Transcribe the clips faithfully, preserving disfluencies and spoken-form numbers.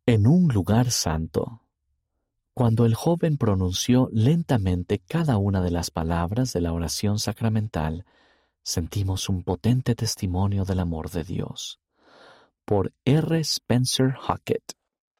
En un lugar santo. Cuando el joven pronunció lentamente cada una de las palabras de la oración sacramental, sentimos un potente testimonio del amor de Dios. Por R. Spencer Hackett.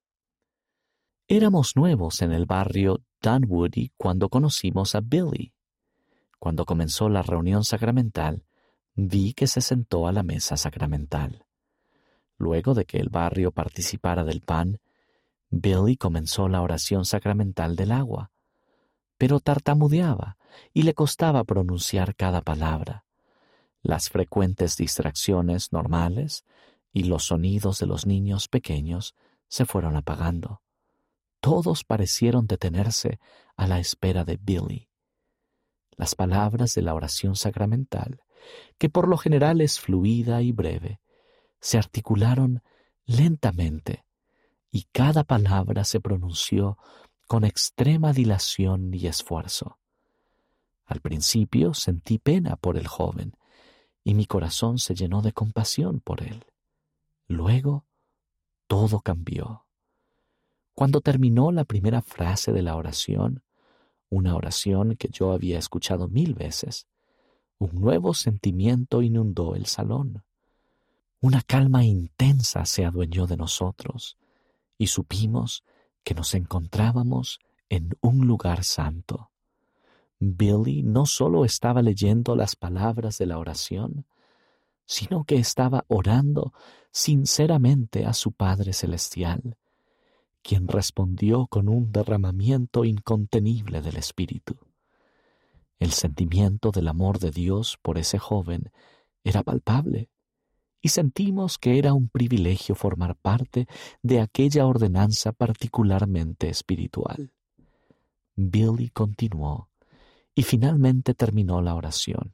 Éramos nuevos en el barrio Dunwoody cuando conocimos a Billy. Cuando comenzó la reunión sacramental, vi que se sentó a la mesa sacramental. Luego de que el barrio participara del pan, Billy comenzó la oración sacramental del agua, pero tartamudeaba y le costaba pronunciar cada palabra. Las frecuentes distracciones normales y los sonidos de los niños pequeños se fueron apagando. Todos parecieron detenerse a la espera de Billy. Las palabras de la oración sacramental, que por lo general es fluida y breve, se articularon lentamente y cada palabra se pronunció con extrema dilación y esfuerzo. Al principio sentí pena por el joven y mi corazón se llenó de compasión por él. Luego, todo cambió. Cuando terminó la primera frase de la oración, una oración que yo había escuchado mil veces, un nuevo sentimiento inundó el salón. Una calma intensa se adueñó de nosotros y supimos que nos encontrábamos en un lugar santo. Billy no solo estaba leyendo las palabras de la oración, sino que estaba orando sinceramente a su Padre Celestial, quien respondió con un derramamiento incontenible del Espíritu. El sentimiento del amor de Dios por ese joven era palpable, y sentimos que era un privilegio formar parte de aquella ordenanza particularmente espiritual. Billy continuó y finalmente terminó la oración.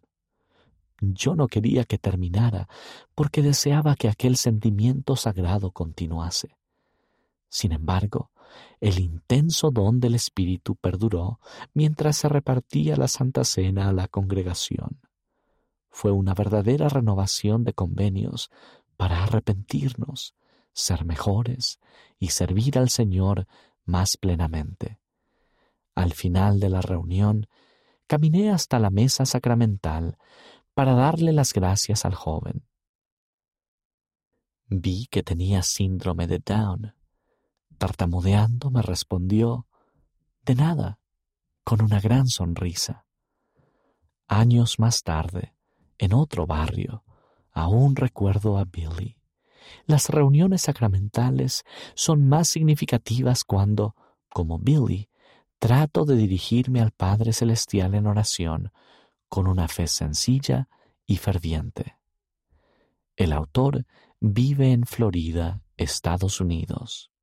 Yo no quería que terminara porque deseaba que aquel sentimiento sagrado continuase. Sin embargo, el intenso don del Espíritu perduró mientras se repartía la Santa Cena a la congregación. Fue una verdadera renovación de convenios para arrepentirnos, ser mejores y servir al Señor más plenamente. Al final de la reunión, caminé hasta la mesa sacramental para darle las gracias al joven. Vi que tenía síndrome de Down. Tartamudeando me respondió, «De nada», con una gran sonrisa. Años más tarde, en otro barrio, aún recuerdo a Billy. Las reuniones sacramentales son más significativas cuando, como Billy, trato de dirigirme al Padre Celestial en oración con una fe sencilla y ferviente. El autor vive en Florida, Estados Unidos.